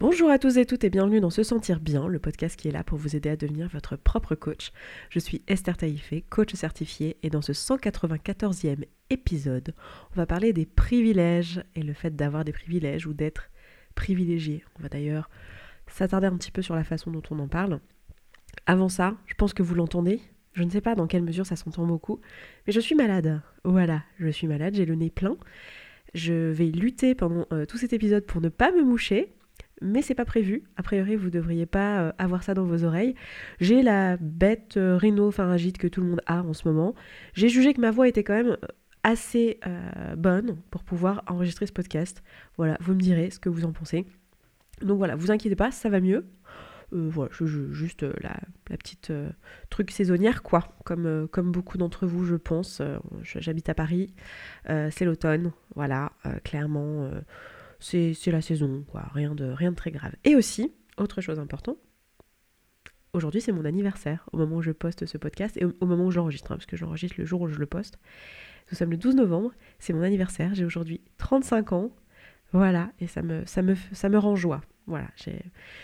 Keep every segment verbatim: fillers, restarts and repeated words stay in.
Bonjour à tous et toutes et bienvenue dans Se Sentir Bien, le podcast qui est là pour vous aider à devenir votre propre coach. Je suis Esther Taïfé, coach certifiée, et dans ce cent quatre-vingt-quatorzième épisode, on va parler des privilèges et le fait d'avoir des privilèges ou d'être privilégié. On va d'ailleurs s'attarder un petit peu sur la façon dont on en parle. Avant ça, je pense que vous l'entendez, je ne sais pas dans quelle mesure ça s'entend beaucoup, mais je suis malade. Voilà, je suis malade, j'ai le nez plein. Je vais lutter pendant euh, tout cet épisode pour ne pas me moucher, mais c'est pas prévu. A priori, vous devriez pas euh, avoir ça dans vos oreilles. J'ai la bête euh, rhinopharyngite que tout le monde a en ce moment. J'ai jugé que ma voix était quand même assez euh, bonne pour pouvoir enregistrer ce podcast. Voilà, vous me direz ce que vous en pensez. Donc voilà, vous inquiétez pas, ça va mieux. Euh, voilà, je, je, juste euh, la, la petite euh, truc saisonnière, quoi. Comme, euh, comme beaucoup d'entre vous, je pense. Euh, j'habite à Paris, euh, c'est l'automne, voilà, euh, clairement... Euh, C'est, c'est la saison, quoi, rien de, rien de très grave. Et aussi, autre chose importante, aujourd'hui c'est mon anniversaire, au moment où je poste ce podcast, et au, au moment où j'enregistre, hein, parce que j'enregistre le jour où je le poste. Nous sommes le douze novembre, c'est mon anniversaire, j'ai aujourd'hui trente-cinq ans, voilà, et ça me, ça me, ça me rend joie. Voilà, j'ai,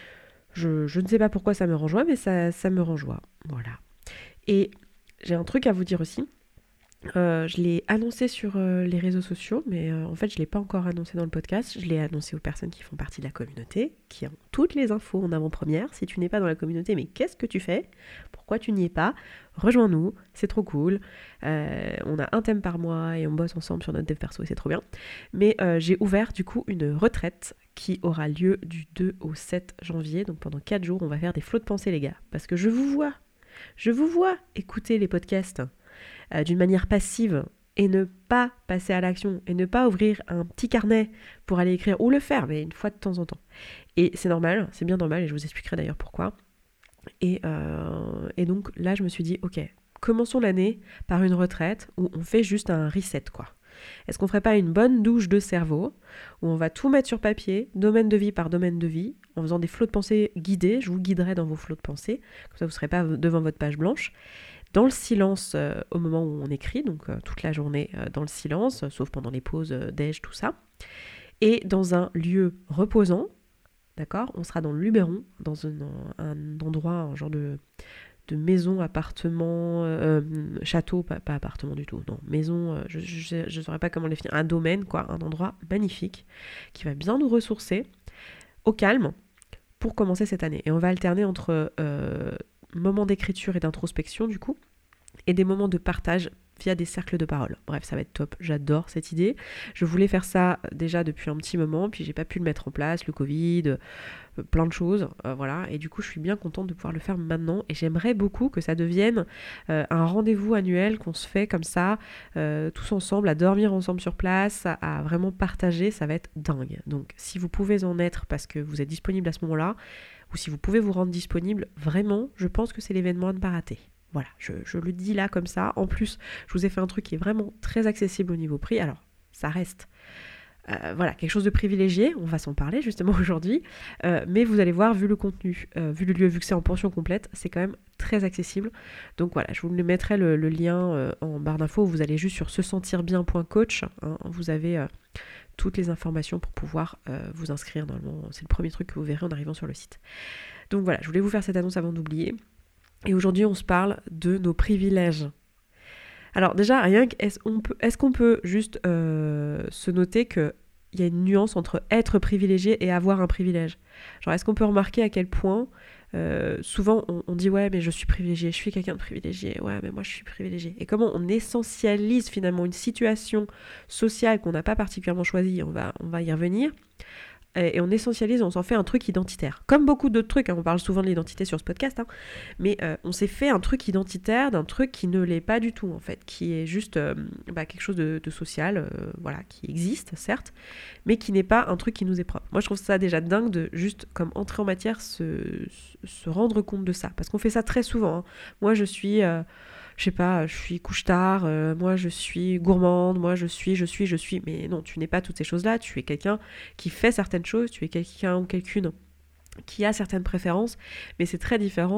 je, je ne sais pas pourquoi ça me rend joie, mais ça, ça me rend joie, voilà. Et j'ai un truc à vous dire aussi. Euh, je l'ai annoncé sur euh, les réseaux sociaux, mais euh, en fait je ne l'ai pas encore annoncé dans le podcast. Je l'ai annoncé aux personnes qui font partie de la communauté, qui ont toutes les infos en avant-première. Si tu n'es pas dans la communauté, mais qu'est-ce que tu fais ? Pourquoi tu n'y es pas ? Rejoins-nous, c'est trop cool. Euh, on a un thème par mois et on bosse ensemble sur notre dev perso et c'est trop bien. Mais euh, j'ai ouvert du coup une retraite qui aura lieu du deux au sept janvier. Donc pendant quatre jours, on va faire des flots de pensée, les gars. Parce que je vous vois, je vous vois écouter les podcasts Euh, d'une manière passive et ne pas passer à l'action et ne pas ouvrir un petit carnet pour aller écrire ou le faire, mais une fois de temps en temps. Et c'est normal, c'est bien normal et je vous expliquerai d'ailleurs pourquoi. Et, euh, et donc là, je me suis dit, ok, commençons l'année par une retraite où on fait juste un reset, quoi. Est-ce qu'on ferait pas une bonne douche de cerveau où on va tout mettre sur papier, domaine de vie par domaine de vie, en faisant des flots de pensée guidés, je vous guiderai dans vos flots de pensée, comme ça vous ne serez pas devant votre page blanche, dans le silence euh, au moment où on écrit, donc euh, toute la journée euh, dans le silence, euh, sauf pendant les pauses euh, déj, tout ça, et dans un lieu reposant, d'accord ? On sera dans le Luberon, dans un, un endroit, un genre de, de maison, appartement, euh, château, pas, pas appartement du tout, non, maison, euh, je ne saurais pas comment les finir, un domaine, quoi, un endroit magnifique, qui va bien nous ressourcer, au calme, pour commencer cette année. Et on va alterner entre... Euh, moments d'écriture et d'introspection du coup, et des moments de partage via des cercles de parole. Bref, ça va être top, j'adore cette idée. Je voulais faire ça déjà depuis un petit moment, puis j'ai pas pu le mettre en place, le Covid, euh, plein de choses, euh, voilà, et du coup je suis bien contente de pouvoir le faire maintenant, et j'aimerais beaucoup que ça devienne euh, un rendez-vous annuel qu'on se fait comme ça, euh, tous ensemble, à dormir ensemble sur place, à, à vraiment partager, ça va être dingue. Donc si vous pouvez en être parce que vous êtes disponible à ce moment-là, ou si vous pouvez vous rendre disponible, vraiment, je pense que c'est l'événement à ne pas rater. Voilà, je, je le dis là comme ça. En plus, je vous ai fait un truc qui est vraiment très accessible au niveau prix. Alors, ça reste euh, voilà, quelque chose de privilégié. On va s'en parler justement aujourd'hui. Euh, mais vous allez voir, vu le contenu, euh, vu le lieu, vu que c'est en pension complète, c'est quand même très accessible. Donc voilà, je vous mettrai le, le lien euh, en barre d'infos. Vous allez juste sur se sentir bien point coach. Hein, vous avez... Euh, toutes les informations pour pouvoir euh, vous inscrire. Normalement, c'est le premier truc que vous verrez en arrivant sur le site. Donc voilà, je voulais vous faire cette annonce avant d'oublier. Et aujourd'hui, on se parle de nos privilèges. Alors déjà, rien que, est-ce, on peut, est-ce qu'on peut juste euh, se noter qu'il y a une nuance entre être privilégié et avoir un privilège ? Genre, est-ce qu'on peut remarquer à quel point Euh, souvent on, on dit ouais mais je suis privilégié, je suis quelqu'un de privilégié, ouais mais moi je suis privilégié. Et comment on essentialise finalement une situation sociale qu'on n'a pas particulièrement choisie, on va, on va y revenir, et, et on essentialise, on s'en fait un truc identitaire. Comme beaucoup d'autres trucs, hein, on parle souvent de l'identité sur ce podcast, hein, mais euh, on s'est fait un truc identitaire d'un truc qui ne l'est pas du tout en fait, qui est juste euh, bah, quelque chose de, de social, euh, voilà, qui existe certes, mais qui n'est pas un truc qui nous est propre. Moi je trouve ça déjà dingue de juste comme entrer en matière se, se rendre compte de ça, parce qu'on fait ça très souvent, hein. Moi je suis... Euh, je sais pas, je suis couche-tard, euh, moi je suis gourmande, moi je suis, je suis, je suis, mais non, tu n'es pas toutes ces choses-là, tu es quelqu'un qui fait certaines choses, tu es quelqu'un ou quelqu'une qui a certaines préférences, mais c'est très différent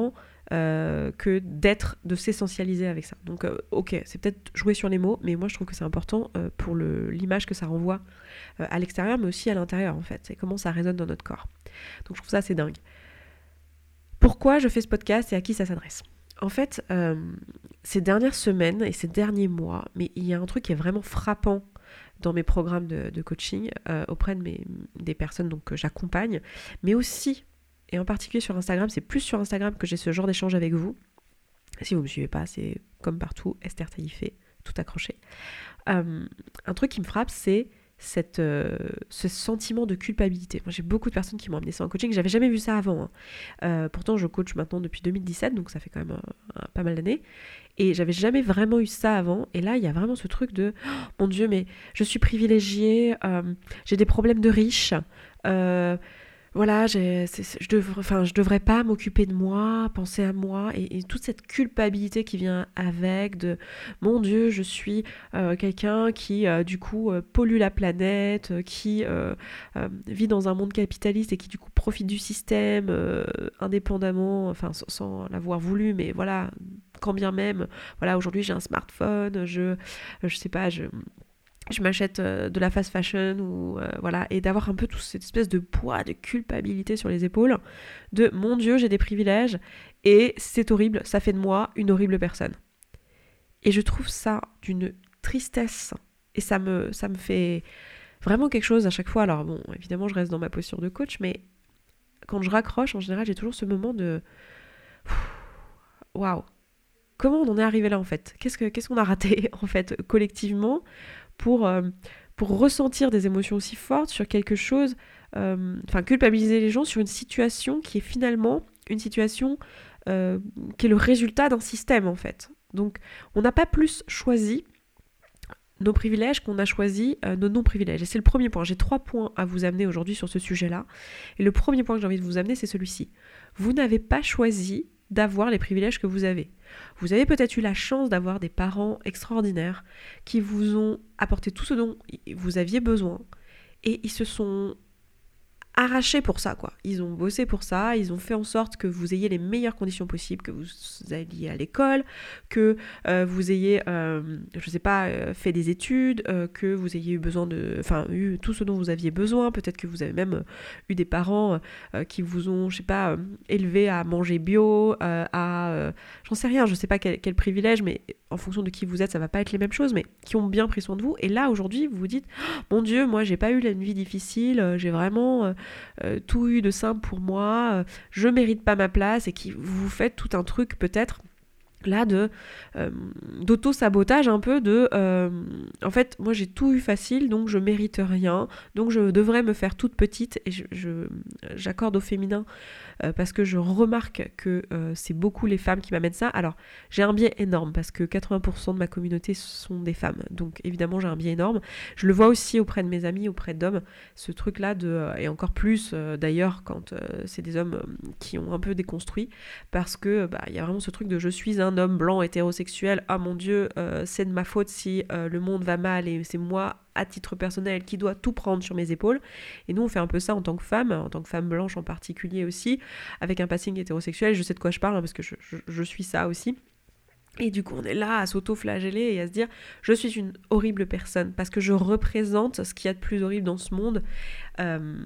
euh, que d'être, de s'essentialiser avec ça. Donc euh, ok, c'est peut-être jouer sur les mots, mais moi je trouve que c'est important euh, pour le, l'image que ça renvoie euh, à l'extérieur, mais aussi à l'intérieur en fait, c'est comment ça résonne dans notre corps. Donc je trouve ça assez dingue. Pourquoi je fais ce podcast et à qui ça s'adresse ? En fait, euh, ces dernières semaines et ces derniers mois, mais il y a un truc qui est vraiment frappant dans mes programmes de, de coaching euh, auprès de mes, des personnes donc, que j'accompagne, mais aussi, et en particulier sur Instagram, c'est plus sur Instagram que j'ai ce genre d'échange avec vous. Si vous ne me suivez pas, c'est comme partout, Esther Taïfé, tout accroché. Euh, un truc qui me frappe, c'est Cette, euh, ce sentiment de culpabilité. Moi, j'ai beaucoup de personnes qui m'ont amené ça en coaching. J'avais jamais vu ça avant. Hein. Euh, pourtant, je coach maintenant depuis deux mille dix-sept, donc ça fait quand même un, un, pas mal d'années. Et j'avais jamais vraiment eu ça avant. Et là, il y a vraiment ce truc de oh, mon Dieu, mais je suis privilégiée, euh, j'ai des problèmes de riche. Euh, Voilà, j'ai, c'est, je, devrais, enfin, je devrais pas m'occuper de moi, penser à moi, et, et toute cette culpabilité qui vient avec de mon Dieu, je suis euh, quelqu'un qui euh, du coup euh, pollue la planète, euh, qui euh, euh, vit dans un monde capitaliste et qui du coup profite du système euh, indépendamment, enfin sans, sans l'avoir voulu, mais voilà, quand bien même, voilà, aujourd'hui j'ai un smartphone, je, je sais pas, je je m'achète euh, de la fast fashion ou euh, voilà, et d'avoir un peu toute cette espèce de poids, de culpabilité sur les épaules, de mon Dieu, j'ai des privilèges et c'est horrible, ça fait de moi une horrible personne. Et je trouve ça d'une tristesse et ça me, ça me fait vraiment quelque chose à chaque fois. Alors bon, évidemment, je reste dans ma posture de coach, mais quand je raccroche, en général, j'ai toujours ce moment de waouh, comment on en est arrivé là en fait ? Qu'est-ce que, qu'est-ce qu'on a raté en fait collectivement pour, euh, pour ressentir des émotions aussi fortes sur quelque chose, euh, enfin culpabiliser les gens sur une situation qui est finalement une situation euh, qui est le résultat d'un système en fait. Donc on n'a pas plus choisi nos privilèges qu'on a choisi euh, nos non-privilèges. Et c'est le premier point. J'ai trois points à vous amener aujourd'hui sur ce sujet-là. Et le premier point que j'ai envie de vous amener, c'est celui-ci. Vous n'avez pas choisi d'avoir les privilèges que vous avez. Vous avez peut-être eu la chance d'avoir des parents extraordinaires qui vous ont apporté tout ce dont vous aviez besoin et ils se sont arrachés pour ça, quoi. Ils ont bossé pour ça, ils ont fait en sorte que vous ayez les meilleures conditions possibles, que vous alliez à l'école, que euh, vous ayez, euh, je sais pas, euh, fait des études, euh, que vous ayez eu besoin de, enfin, eu tout ce dont vous aviez besoin. Peut-être que vous avez même euh, eu des parents euh, qui vous ont, je sais pas, euh, élevé à manger bio, euh, à, euh, j'en sais rien, je sais pas quel, quel privilège, mais en fonction de qui vous êtes, ça va pas être les mêmes choses, mais qui ont bien pris soin de vous. Et là, aujourd'hui, vous vous dites, oh, mon Dieu, moi, j'ai pas eu une vie difficile, j'ai vraiment euh, Euh, tout eu de simple pour moi, euh, je mérite pas ma place, et qui vous faites tout un truc peut-être là de euh, d'auto-sabotage un peu de euh, en fait moi j'ai tout eu facile donc je mérite rien, donc je devrais me faire toute petite. Et je, je j'accorde au féminin euh, parce que je remarque que euh, c'est beaucoup les femmes qui m'amènent ça. Alors j'ai un biais énorme parce que quatre-vingts pour cent de ma communauté sont des femmes, donc évidemment j'ai un biais énorme. Je le vois aussi auprès de mes amis, auprès d'hommes, ce truc là de, et encore plus euh, d'ailleurs quand euh, c'est des hommes qui ont un peu déconstruit, parce que bah il y a vraiment ce truc de je suis un homme blanc hétérosexuel, ah mon Dieu, euh, c'est de ma faute si euh, le monde va mal et c'est moi à titre personnel qui doit tout prendre sur mes épaules. Et nous on fait un peu ça en tant que femme, en tant que femme blanche en particulier aussi, avec un passing hétérosexuel. Je sais de quoi je parle hein, parce que je, je, je suis ça aussi. Et du coup on est là à s'auto-flageller et à se dire je suis une horrible personne parce que je représente ce qu'il y a de plus horrible dans ce monde. euh,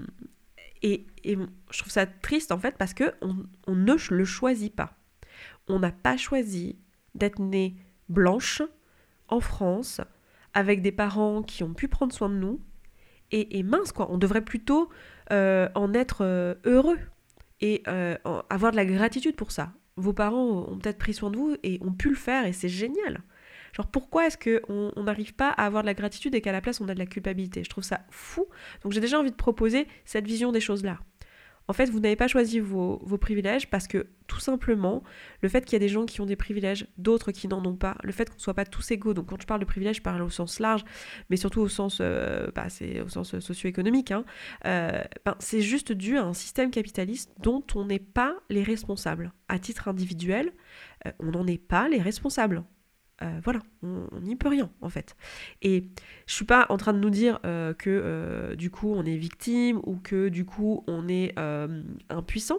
et, et je trouve ça triste en fait parce que on, on ne le choisit pas. On n'a pas choisi d'être née blanche en France avec des parents qui ont pu prendre soin de nous et, et mince quoi, on devrait plutôt euh, en être euh, heureux et euh, en, avoir de la gratitude pour ça. Vos parents ont peut-être pris soin de vous et ont pu le faire et c'est génial. Genre pourquoi est-ce qu'on n'arrive pas à avoir de la gratitude et qu'à la place on a de la culpabilité ? Je trouve ça fou. Donc j'ai déjà envie de proposer cette vision des choses-là. En fait, vous n'avez pas choisi vos, vos privilèges parce que, tout simplement, le fait qu'il y a des gens qui ont des privilèges, d'autres qui n'en ont pas, le fait qu'on ne soit pas tous égaux, donc quand je parle de privilèges, je parle au sens large, mais surtout au sens, euh, bah, c'est au sens socio-économique, hein, euh, ben, c'est juste dû à un système capitaliste dont on n'est pas les responsables. À titre individuel, euh, on n'en est pas les responsables. Euh, voilà, on n'y peut rien en fait. Et je suis pas en train de nous dire euh, que euh, du coup on est victime ou que du coup on est euh, impuissant.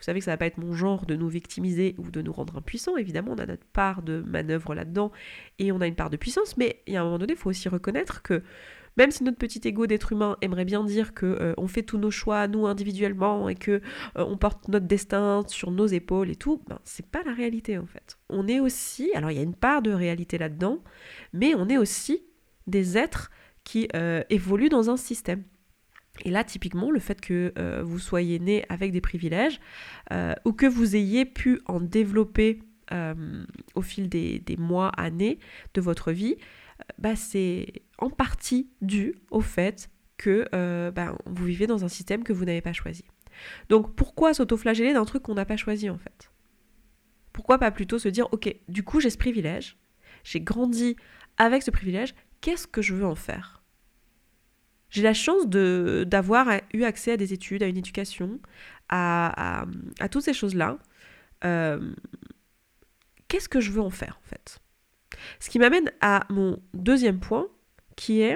Vous savez que ça va pas être mon genre de nous victimiser ou de nous rendre impuissants. Évidemment, on a notre part de manœuvre là-dedans et on a une part de puissance, mais il y a un moment donné, il faut aussi reconnaître que même si notre petit ego d'être humain aimerait bien dire qu'on euh, fait tous nos choix, nous individuellement, et qu'on euh, porte notre destin sur nos épaules et tout, ben, c'est pas la réalité en fait. On est aussi, alors il y a une part de réalité là-dedans, mais on est aussi des êtres qui euh, évoluent dans un système. Et là, typiquement, le fait que euh, vous soyez né avec des privilèges euh, ou que vous ayez pu en développer euh, au fil des, des mois, années de votre vie, euh, bah, c'est en partie dû au fait que euh, bah, vous vivez dans un système que vous n'avez pas choisi. Donc, pourquoi s'auto-flageller d'un truc qu'on n'a pas choisi, en fait ? Pourquoi pas plutôt se dire, ok, du coup, j'ai ce privilège, j'ai grandi avec ce privilège, qu'est-ce que je veux en faire ? J'ai la chance de, d'avoir eu accès à des études, à une éducation, à, à, à toutes ces choses-là. Euh, qu'est-ce que je veux en faire, en fait ? Ce qui m'amène à mon deuxième point, qui est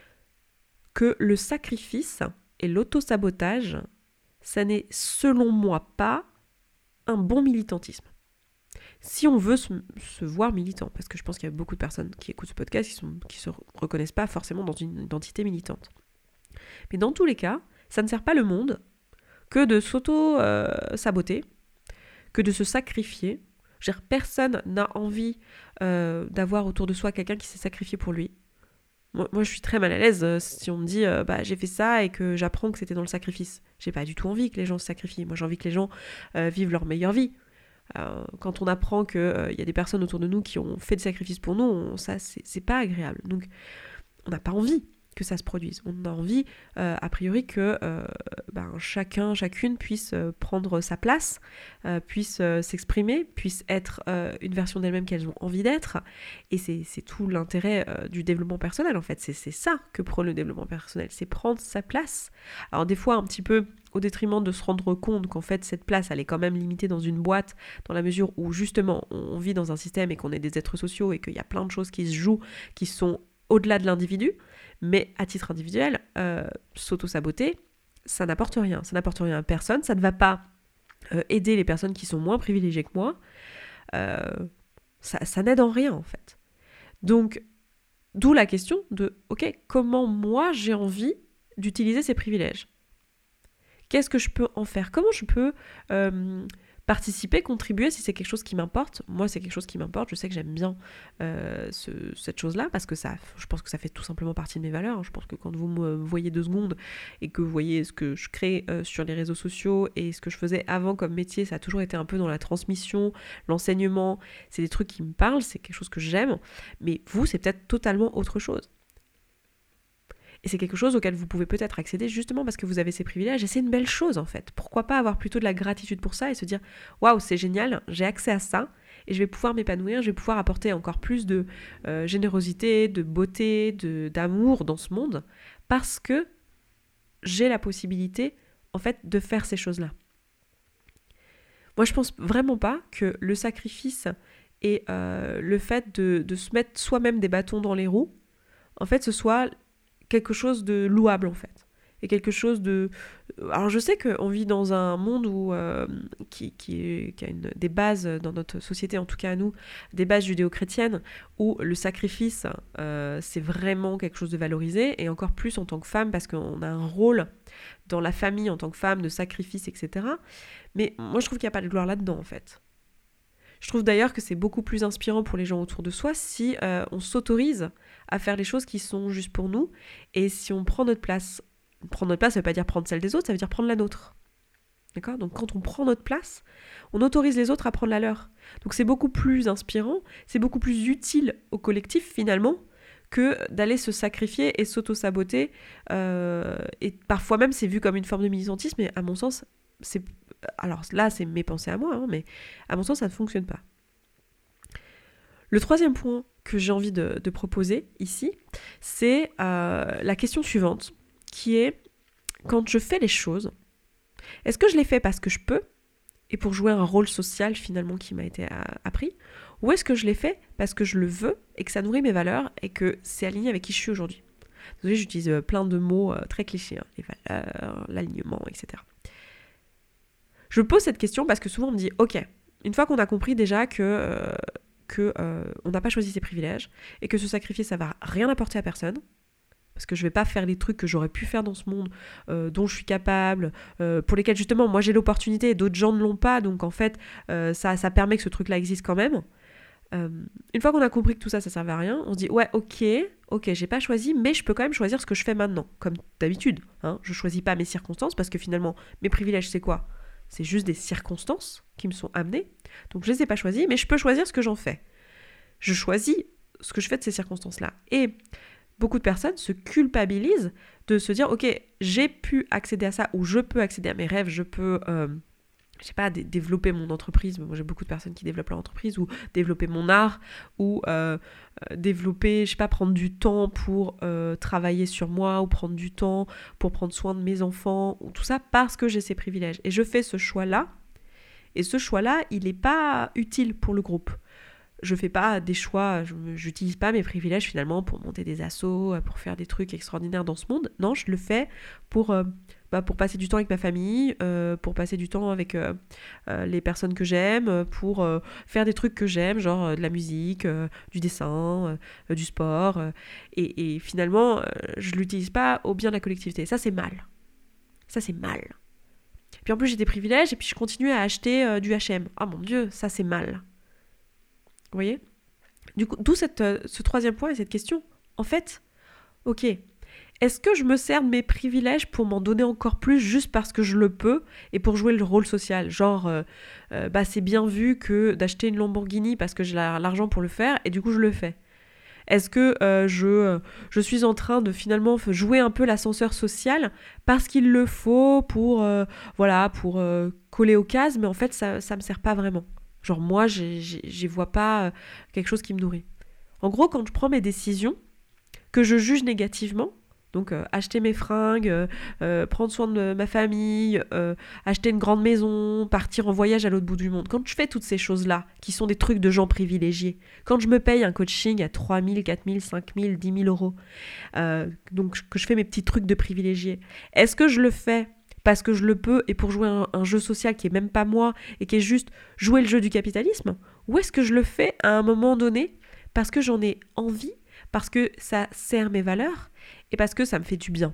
que le sacrifice et l'auto-sabotage, ça n'est, selon moi, pas un bon militantisme. Si on veut se, se voir militant, parce que je pense qu'il y a beaucoup de personnes qui écoutent ce podcast qui ne qui se reconnaissent pas forcément dans une identité militante. Mais dans tous les cas, ça ne sert pas le monde que de s'auto-saboter, euh, que de se sacrifier. Je veux dire, personne n'a envie euh, d'avoir autour de soi quelqu'un qui s'est sacrifié pour lui. Moi, moi je suis très mal à l'aise euh, si on me dit euh, bah, j'ai fait ça et que j'apprends que c'était dans le sacrifice. J'ai pas du tout envie que les gens se sacrifient. Moi, j'ai envie que les gens euh, vivent leur meilleure vie. Euh, quand on apprend qu'il euh, y a des personnes autour de nous qui ont fait des sacrifices pour nous, on, ça, c'est, c'est pas agréable. Donc, on n'a pas envie que ça se produise. On a envie, euh, a priori, que euh, ben, chacun, chacune puisse euh, prendre sa place, euh, puisse euh, s'exprimer, puisse être euh, une version d'elle-même qu'elles ont envie d'être. Et c'est, c'est tout l'intérêt euh, du développement personnel, en fait. C'est, c'est ça que prône le développement personnel, c'est prendre sa place. Alors des fois, un petit peu au détriment de se rendre compte qu'en fait, cette place, elle est quand même limitée dans une boîte, dans la mesure où, justement, on vit dans un système et qu'on est des êtres sociaux et qu'il y a plein de choses qui se jouent, qui sont au-delà de l'individu. Mais à titre individuel, euh, s'auto-saboter, ça n'apporte rien. Ça n'apporte rien à personne. Ça ne va pas euh, aider les personnes qui sont moins privilégiées que moi. Euh, ça, ça n'aide en rien, en fait. Donc, d'où la question de, ok, comment moi j'ai envie d'utiliser ces privilèges ? Qu'est-ce que je peux en faire ? Comment je peux euh, participer, contribuer si c'est quelque chose qui m'importe ? Moi, c'est quelque chose qui m'importe. Je sais que j'aime bien euh, ce, cette chose-là parce que ça, je pense que ça fait tout simplement partie de mes valeurs. Je pense que quand vous me voyez deux secondes et que vous voyez ce que je crée euh, sur les réseaux sociaux et ce que je faisais avant comme métier, ça a toujours été un peu dans la transmission, l'enseignement. C'est des trucs qui me parlent, c'est quelque chose que j'aime. Mais vous, c'est peut-être totalement autre chose. Et c'est quelque chose auquel vous pouvez peut-être accéder justement parce que vous avez ces privilèges. Et c'est une belle chose en fait. Pourquoi pas avoir plutôt de la gratitude pour ça et se dire « Waouh, c'est génial, j'ai accès à ça et je vais pouvoir m'épanouir, je vais pouvoir apporter encore plus de euh, générosité, de beauté, de, d'amour dans ce monde parce que j'ai la possibilité en fait de faire ces choses-là. » Moi, je pense vraiment pas que le sacrifice et euh, le fait de, de se mettre soi-même des bâtons dans les roues, en fait, ce soit quelque chose de louable en fait. Et quelque chose de... Alors je sais qu'on vit dans un monde où, euh, qui, qui, est, qui a une, des bases dans notre société, en tout cas à nous, des bases judéo-chrétiennes, où le sacrifice, euh, c'est vraiment quelque chose de valorisé, et encore plus en tant que femme, parce qu'on a un rôle dans la famille en tant que femme de sacrifice, et cetera. Mais moi je trouve qu'il n'y a pas de gloire là-dedans en fait. Je trouve d'ailleurs que c'est beaucoup plus inspirant pour les gens autour de soi si euh, on s'autorise à faire les choses qui sont juste pour nous et si on prend notre place. Prendre notre place, ça ne veut pas dire prendre celle des autres, ça veut dire prendre la nôtre. D'accord ? Donc quand on prend notre place, on autorise les autres à prendre la leur. Donc c'est beaucoup plus inspirant, c'est beaucoup plus utile au collectif finalement que d'aller se sacrifier et s'auto-saboter. Euh, et parfois même c'est vu comme une forme de militantisme, mais à mon sens, c'est... Alors là, c'est mes pensées à moi, hein, mais à mon sens, ça ne fonctionne pas. Le troisième point que j'ai envie de, de proposer ici, c'est euh, la question suivante, qui est, quand je fais les choses, est-ce que je les fais parce que je peux, et pour jouer un rôle social finalement qui m'a été appris, ou est-ce que je les fais parce que je le veux, et que ça nourrit mes valeurs, et que c'est aligné avec qui je suis aujourd'hui ? Désolée, j'utilise plein de mots euh, très clichés, hein, les valeurs, l'alignement, et cetera. Je pose cette question parce que souvent on me dit, ok, une fois qu'on a compris déjà que, euh, que euh, on n'a pas choisi ses privilèges et que se sacrifier ça va rien apporter à personne, parce que je vais pas faire les trucs que j'aurais pu faire dans ce monde, euh, dont je suis capable, euh, pour lesquels justement moi j'ai l'opportunité et d'autres gens ne l'ont pas, donc en fait euh, ça, ça permet que ce truc-là existe quand même. Euh, une fois qu'on a compris que tout ça, ça servait à rien, on se dit ouais, ok, ok, j'ai pas choisi, mais je peux quand même choisir ce que je fais maintenant, comme d'habitude. Hein, je choisis pas mes circonstances parce que finalement, mes privilèges, c'est quoi ? C'est juste des circonstances qui me sont amenées. Donc je les ai pas choisis, mais je peux choisir ce que j'en fais. Je choisis ce que je fais de ces circonstances-là. Et beaucoup de personnes se culpabilisent de se dire ok, j'ai pu accéder à ça, ou je peux accéder à mes rêves, je peux... Euh, je sais pas, d- développer mon entreprise. Moi, j'ai beaucoup de personnes qui développent leur entreprise, ou développer mon art, ou euh, euh, développer, je sais pas, prendre du temps pour euh, travailler sur moi, ou prendre du temps pour prendre soin de mes enfants, ou tout ça parce que j'ai ces privilèges. Et je fais ce choix-là, et ce choix-là, il n'est pas utile pour le groupe. Je fais pas des choix, je n'utilise pas mes privilèges finalement pour monter des assos, pour faire des trucs extraordinaires dans ce monde. Non, je le fais pour... Euh, Bah pour passer du temps avec ma famille, euh, pour passer du temps avec euh, euh, les personnes que j'aime, pour euh, faire des trucs que j'aime, genre euh, de la musique, euh, du dessin, euh, du sport. Euh, et, et finalement, euh, je ne l'utilise pas au bien de la collectivité. Ça, c'est mal. Ça, c'est mal. Puis en plus, j'ai des privilèges et puis je continue à acheter euh, du H et M. Ah mon Dieu, ça, c'est mal. Vous voyez ? Du coup, d'où cette, euh, ce troisième point et cette question. En fait, ok... Est-ce que je me sers de mes privilèges pour m'en donner encore plus juste parce que je le peux et pour jouer le rôle social ? Genre, euh, euh, bah c'est bien vu que d'acheter une Lamborghini parce que j'ai la, l'argent pour le faire et du coup je le fais. Est-ce que euh, je, je suis en train de finalement jouer un peu l'ascenseur social parce qu'il le faut pour, euh, voilà, pour euh, coller aux cases, mais en fait ça ne me sert pas vraiment. Genre moi, j'y vois pas quelque chose qui me nourrit. En gros, quand je prends mes décisions, que je juge négativement, donc euh, acheter mes fringues, euh, euh, prendre soin de ma famille, euh, acheter une grande maison, partir en voyage à l'autre bout du monde. Quand je fais toutes ces choses-là, qui sont des trucs de gens privilégiés, quand je me paye un coaching à trois mille, quatre mille, cinq mille, dix mille euros, euh, donc que je fais mes petits trucs de privilégiés, est-ce que je le fais parce que je le peux et pour jouer un, un jeu social qui est même pas moi et qui est juste jouer le jeu du capitalisme ? Ou est-ce que je le fais à un moment donné parce que j'en ai envie, parce que ça sert mes valeurs et parce que ça me fait du bien?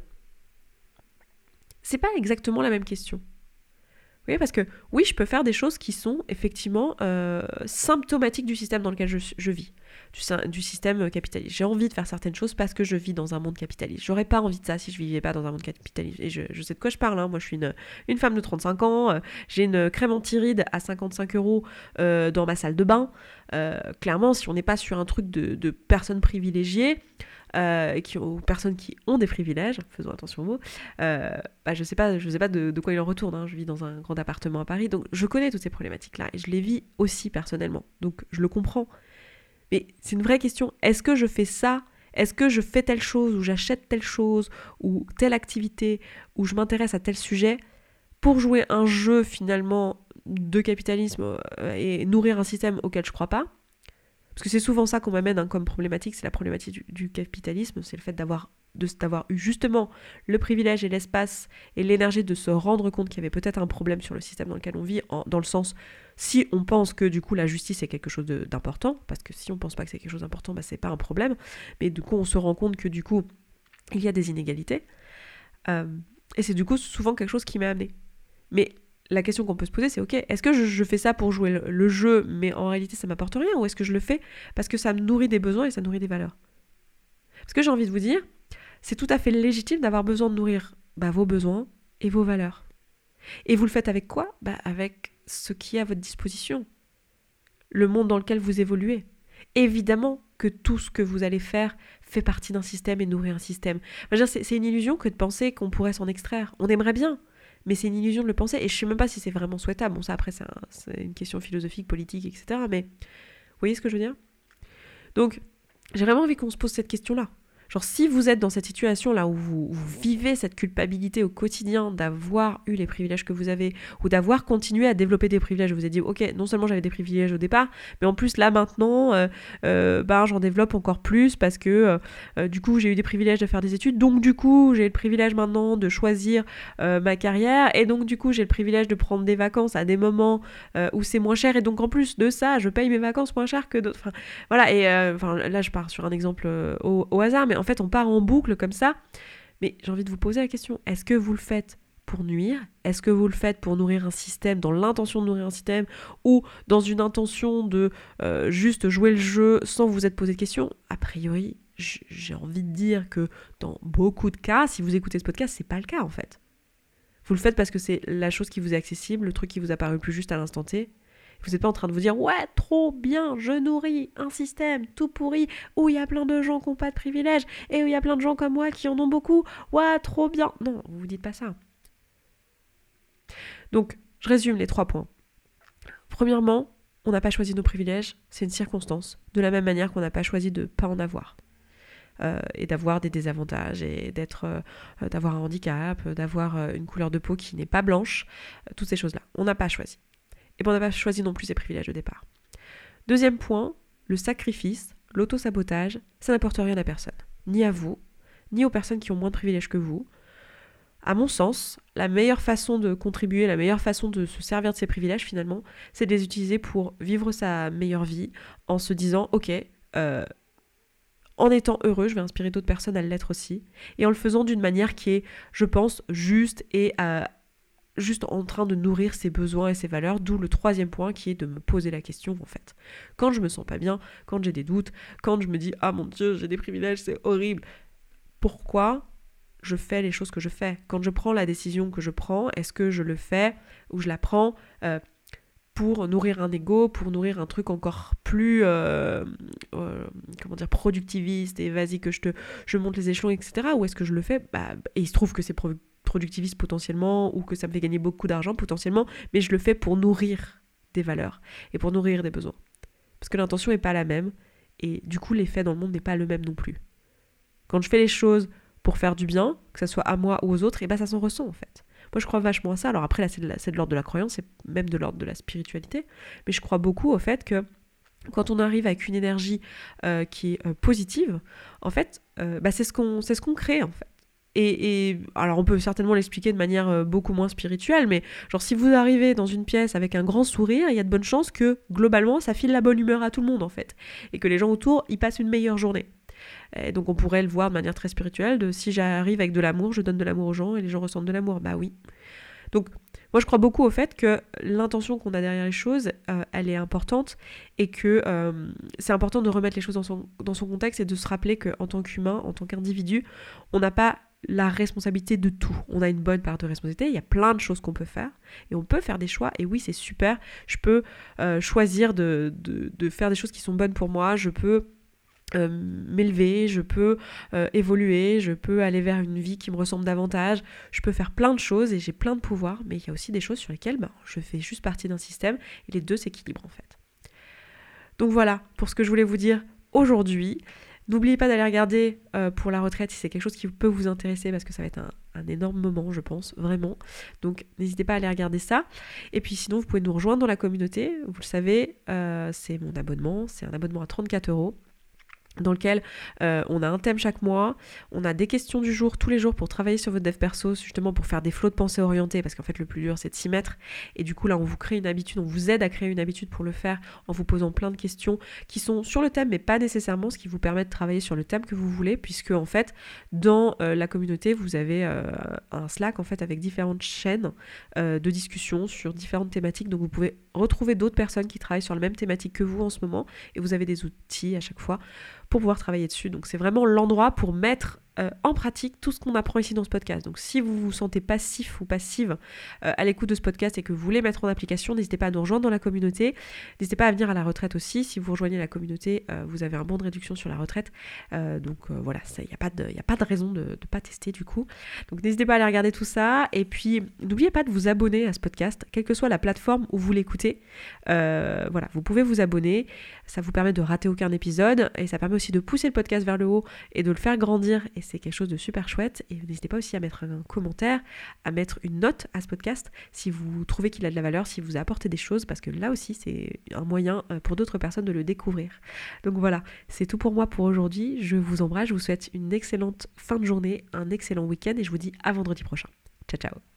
C'est pas exactement la même question. Vous voyez, parce que oui, je peux faire des choses qui sont effectivement euh, symptomatiques du système dans lequel je, je vis, du, du système capitaliste. J'ai envie de faire certaines choses parce que je vis dans un monde capitaliste. J'aurais pas envie de ça si je vivais pas dans un monde capitaliste. Et je, je sais de quoi je parle, hein. Moi je suis une, une femme de trente-cinq ans, euh, j'ai une crème anti-rides à cinquante-cinq euros euh, dans ma salle de bain. Euh, clairement, si on n'est pas sur un truc de, de personnes privilégiées, Euh, qui, aux personnes qui ont des privilèges, faisons attention aux mots, euh, bah, je ne sais pas, je sais pas de, de quoi il en retourne, hein. Je vis dans un grand appartement à Paris, donc je connais toutes ces problématiques-là, et je les vis aussi personnellement, donc je le comprends. Mais c'est une vraie question, est-ce que je fais ça ? Est-ce que je fais telle chose, ou j'achète telle chose, ou telle activité, ou je m'intéresse à tel sujet, pour jouer un jeu finalement de capitalisme et nourrir un système auquel je ne crois pas ? Parce que c'est souvent ça qu'on m'amène hein, comme problématique, c'est la problématique du, du capitalisme, c'est le fait d'avoir, de, d'avoir eu justement le privilège et l'espace et l'énergie de se rendre compte qu'il y avait peut-être un problème sur le système dans lequel on vit, en, dans le sens, si on pense que du coup la justice est quelque chose de, d'important, parce que si on pense pas que c'est quelque chose d'important, bah, c'est pas un problème, mais du coup on se rend compte que du coup il y a des inégalités, euh, et c'est du coup souvent quelque chose qui m'a amené. Mais la question qu'on peut se poser, c'est ok, est-ce que je, je fais ça pour jouer le, le jeu, mais en réalité ça m'apporte rien, ou est-ce que je le fais parce que ça me nourrit des besoins et ça nourrit des valeurs ? Parce que j'ai envie de vous dire, c'est tout à fait légitime d'avoir besoin de nourrir bah, vos besoins et vos valeurs. Et vous le faites avec quoi ? Bah, avec ce qui est à votre disposition, le monde dans lequel vous évoluez. Évidemment que tout ce que vous allez faire fait partie d'un système et nourrit un système. Enfin, c'est, c'est une illusion que de penser qu'on pourrait s'en extraire. On aimerait bien, mais c'est une illusion de le penser, et je ne sais même pas si c'est vraiment souhaitable. Bon, ça, après, c'est, un, c'est une question philosophique, politique, et cetera. Mais vous voyez ce que je veux dire ? Donc, j'ai vraiment envie qu'on se pose cette question-là. Genre si vous êtes dans cette situation là où vous, vous vivez cette culpabilité au quotidien d'avoir eu les privilèges que vous avez ou d'avoir continué à développer des privilèges, vous vous êtes dit ok, non seulement j'avais des privilèges au départ, mais en plus là maintenant euh, euh, bah, j'en développe encore plus parce que euh, du coup j'ai eu des privilèges de faire des études, donc du coup j'ai le privilège maintenant de choisir euh, ma carrière et donc du coup j'ai le privilège de prendre des vacances à des moments euh, où c'est moins cher et donc en plus de ça je paye mes vacances moins cher que d'autres. Enfin, voilà, et euh, enfin, là je pars sur un exemple euh, au, au hasard, mais en fait on part en boucle comme ça. Mais j'ai envie de vous poser la question, est-ce que vous le faites pour nuire? Est-ce que vous le faites pour nourrir un système, dans l'intention de nourrir un système, ou dans une intention de euh, juste jouer le jeu sans vous être posé de questions? A priori, j'ai envie de dire que dans beaucoup de cas, si vous écoutez ce podcast, c'est pas le cas en fait. Vous le faites parce que c'est la chose qui vous est accessible, le truc qui vous a paru le plus juste à l'instant T. Vous n'êtes pas en train de vous dire « Ouais, trop bien, je nourris un système tout pourri où il y a plein de gens qui n'ont pas de privilèges et où il y a plein de gens comme moi qui en ont beaucoup. Ouais, trop bien !» Non, vous vous dites pas ça. Donc, je résume les trois points. Premièrement, on n'a pas choisi nos privilèges, c'est une circonstance. De la même manière qu'on n'a pas choisi de ne pas en avoir. Euh, et d'avoir des désavantages et d'être, euh, d'avoir un handicap, d'avoir euh, une couleur de peau qui n'est pas blanche, euh, toutes ces choses-là. On n'a pas choisi. Et bien on n'a pas choisi non plus ces privilèges de départ. Deuxième point, le sacrifice, l'auto-sabotage, ça n'apporte rien à personne. Ni à vous, ni aux personnes qui ont moins de privilèges que vous. À mon sens, la meilleure façon de contribuer, la meilleure façon de se servir de ces privilèges finalement, c'est de les utiliser pour vivre sa meilleure vie en se disant « Ok, euh, en étant heureux, je vais inspirer d'autres personnes à l'être aussi. » Et en le faisant d'une manière qui est, je pense, juste et euh, juste en train de nourrir ses besoins et ses valeurs, d'où le troisième point qui est de me poser la question en fait. Quand je me sens pas bien, quand j'ai des doutes, quand je me dis « Ah mon Dieu, j'ai des privilèges, c'est horrible », pourquoi je fais les choses que je fais? Quand je prends la décision que je prends, est-ce que je le fais ou je la prends euh, pour nourrir un ego, pour nourrir un truc encore plus euh, euh, comment dire, productiviste et vas-y que je te je monte les échelons, et cetera. Ou est-ce que je le fais bah, et il se trouve que c'est pro- productiviste potentiellement ou que ça me fait gagner beaucoup d'argent potentiellement, mais je le fais pour nourrir des valeurs et pour nourrir des besoins. Parce que l'intention n'est pas la même et du coup l'effet dans le monde n'est pas le même non plus. Quand je fais les choses pour faire du bien, que ce soit à moi ou aux autres, et ben ça s'en ressent en fait. Moi je crois vachement à ça, alors après là c'est de, la, c'est de l'ordre de la croyance, c'est même de l'ordre de la spiritualité, mais je crois beaucoup au fait que quand on arrive avec une énergie euh, qui est euh, positive, en fait, euh, bah, c'est ce qu'on, c'est ce qu'on crée en fait. Et, et alors on peut certainement l'expliquer de manière euh, beaucoup moins spirituelle, mais genre si vous arrivez dans une pièce avec un grand sourire, il y a de bonnes chances que globalement ça file la bonne humeur à tout le monde en fait, et que les gens autour y passent une meilleure journée. Et donc on pourrait le voir de manière très spirituelle, de si j'arrive avec de l'amour, je donne de l'amour aux gens et les gens ressentent de l'amour, bah oui. Donc moi je crois beaucoup au fait que l'intention qu'on a derrière les choses, euh, elle est importante et que euh, c'est important de remettre les choses dans son, dans son contexte et de se rappeler qu'en tant qu'humain, en tant qu'individu, on n'a pas la responsabilité de tout. On a une bonne part de responsabilité, il y a plein de choses qu'on peut faire et on peut faire des choix et oui c'est super, je peux euh, choisir de, de, de faire des choses qui sont bonnes pour moi, je peux Euh, m'élever, je peux euh, évoluer, je peux aller vers une vie qui me ressemble davantage, je peux faire plein de choses et j'ai plein de pouvoirs, mais il y a aussi des choses sur lesquelles bah, je fais juste partie d'un système et les deux s'équilibrent en fait. Donc voilà pour ce que je voulais vous dire aujourd'hui. N'oubliez pas d'aller regarder euh, pour la retraite si c'est quelque chose qui peut vous intéresser parce que ça va être un, un énorme moment je pense, vraiment. Donc n'hésitez pas à aller regarder ça. Et puis sinon vous pouvez nous rejoindre dans la communauté, vous le savez, euh, c'est mon abonnement, c'est un abonnement à trente-quatre euros. Dans lequel euh, on a un thème chaque mois, on a des questions du jour tous les jours pour travailler sur votre dev perso, justement pour faire des flots de pensée orientés, parce qu'en fait le plus dur c'est de s'y mettre, et du coup là on vous crée une habitude, on vous aide à créer une habitude pour le faire en vous posant plein de questions qui sont sur le thème mais pas nécessairement, ce qui vous permet de travailler sur le thème que vous voulez, puisque en fait dans euh, la communauté vous avez euh, un Slack en fait avec différentes chaînes euh, de discussion sur différentes thématiques, donc vous pouvez retrouver d'autres personnes qui travaillent sur la même thématique que vous en ce moment, et vous avez des outils à chaque fois pour pouvoir travailler dessus. Donc c'est vraiment l'endroit pour mettre euh, en pratique tout ce qu'on apprend ici dans ce podcast. Donc si vous vous sentez passif ou passive euh, à l'écoute de ce podcast et que vous voulez mettre en application, n'hésitez pas à nous rejoindre dans la communauté. N'hésitez pas à venir à la retraite aussi. Si vous rejoignez la communauté, euh, vous avez un bon de réduction sur la retraite. Euh, donc euh, voilà, il n'y a pas de, y a pas de raison de ne pas tester du coup. Donc n'hésitez pas à aller regarder tout ça. Et puis n'oubliez pas de vous abonner à ce podcast, quelle que soit la plateforme où vous l'écoutez. Euh, voilà, vous pouvez vous abonner. Ça vous permet de rater aucun épisode et ça permet aussi de pousser le podcast vers le haut et de le faire grandir. Et c'est quelque chose de super chouette. Et n'hésitez pas aussi à mettre un commentaire, à mettre une note à ce podcast si vous trouvez qu'il a de la valeur, si vous a apporté des choses, parce que là aussi c'est un moyen pour d'autres personnes de le découvrir. Donc voilà, c'est tout pour moi pour aujourd'hui. Je vous embrasse, je vous souhaite une excellente fin de journée, un excellent week-end et je vous dis à vendredi prochain. Ciao ciao.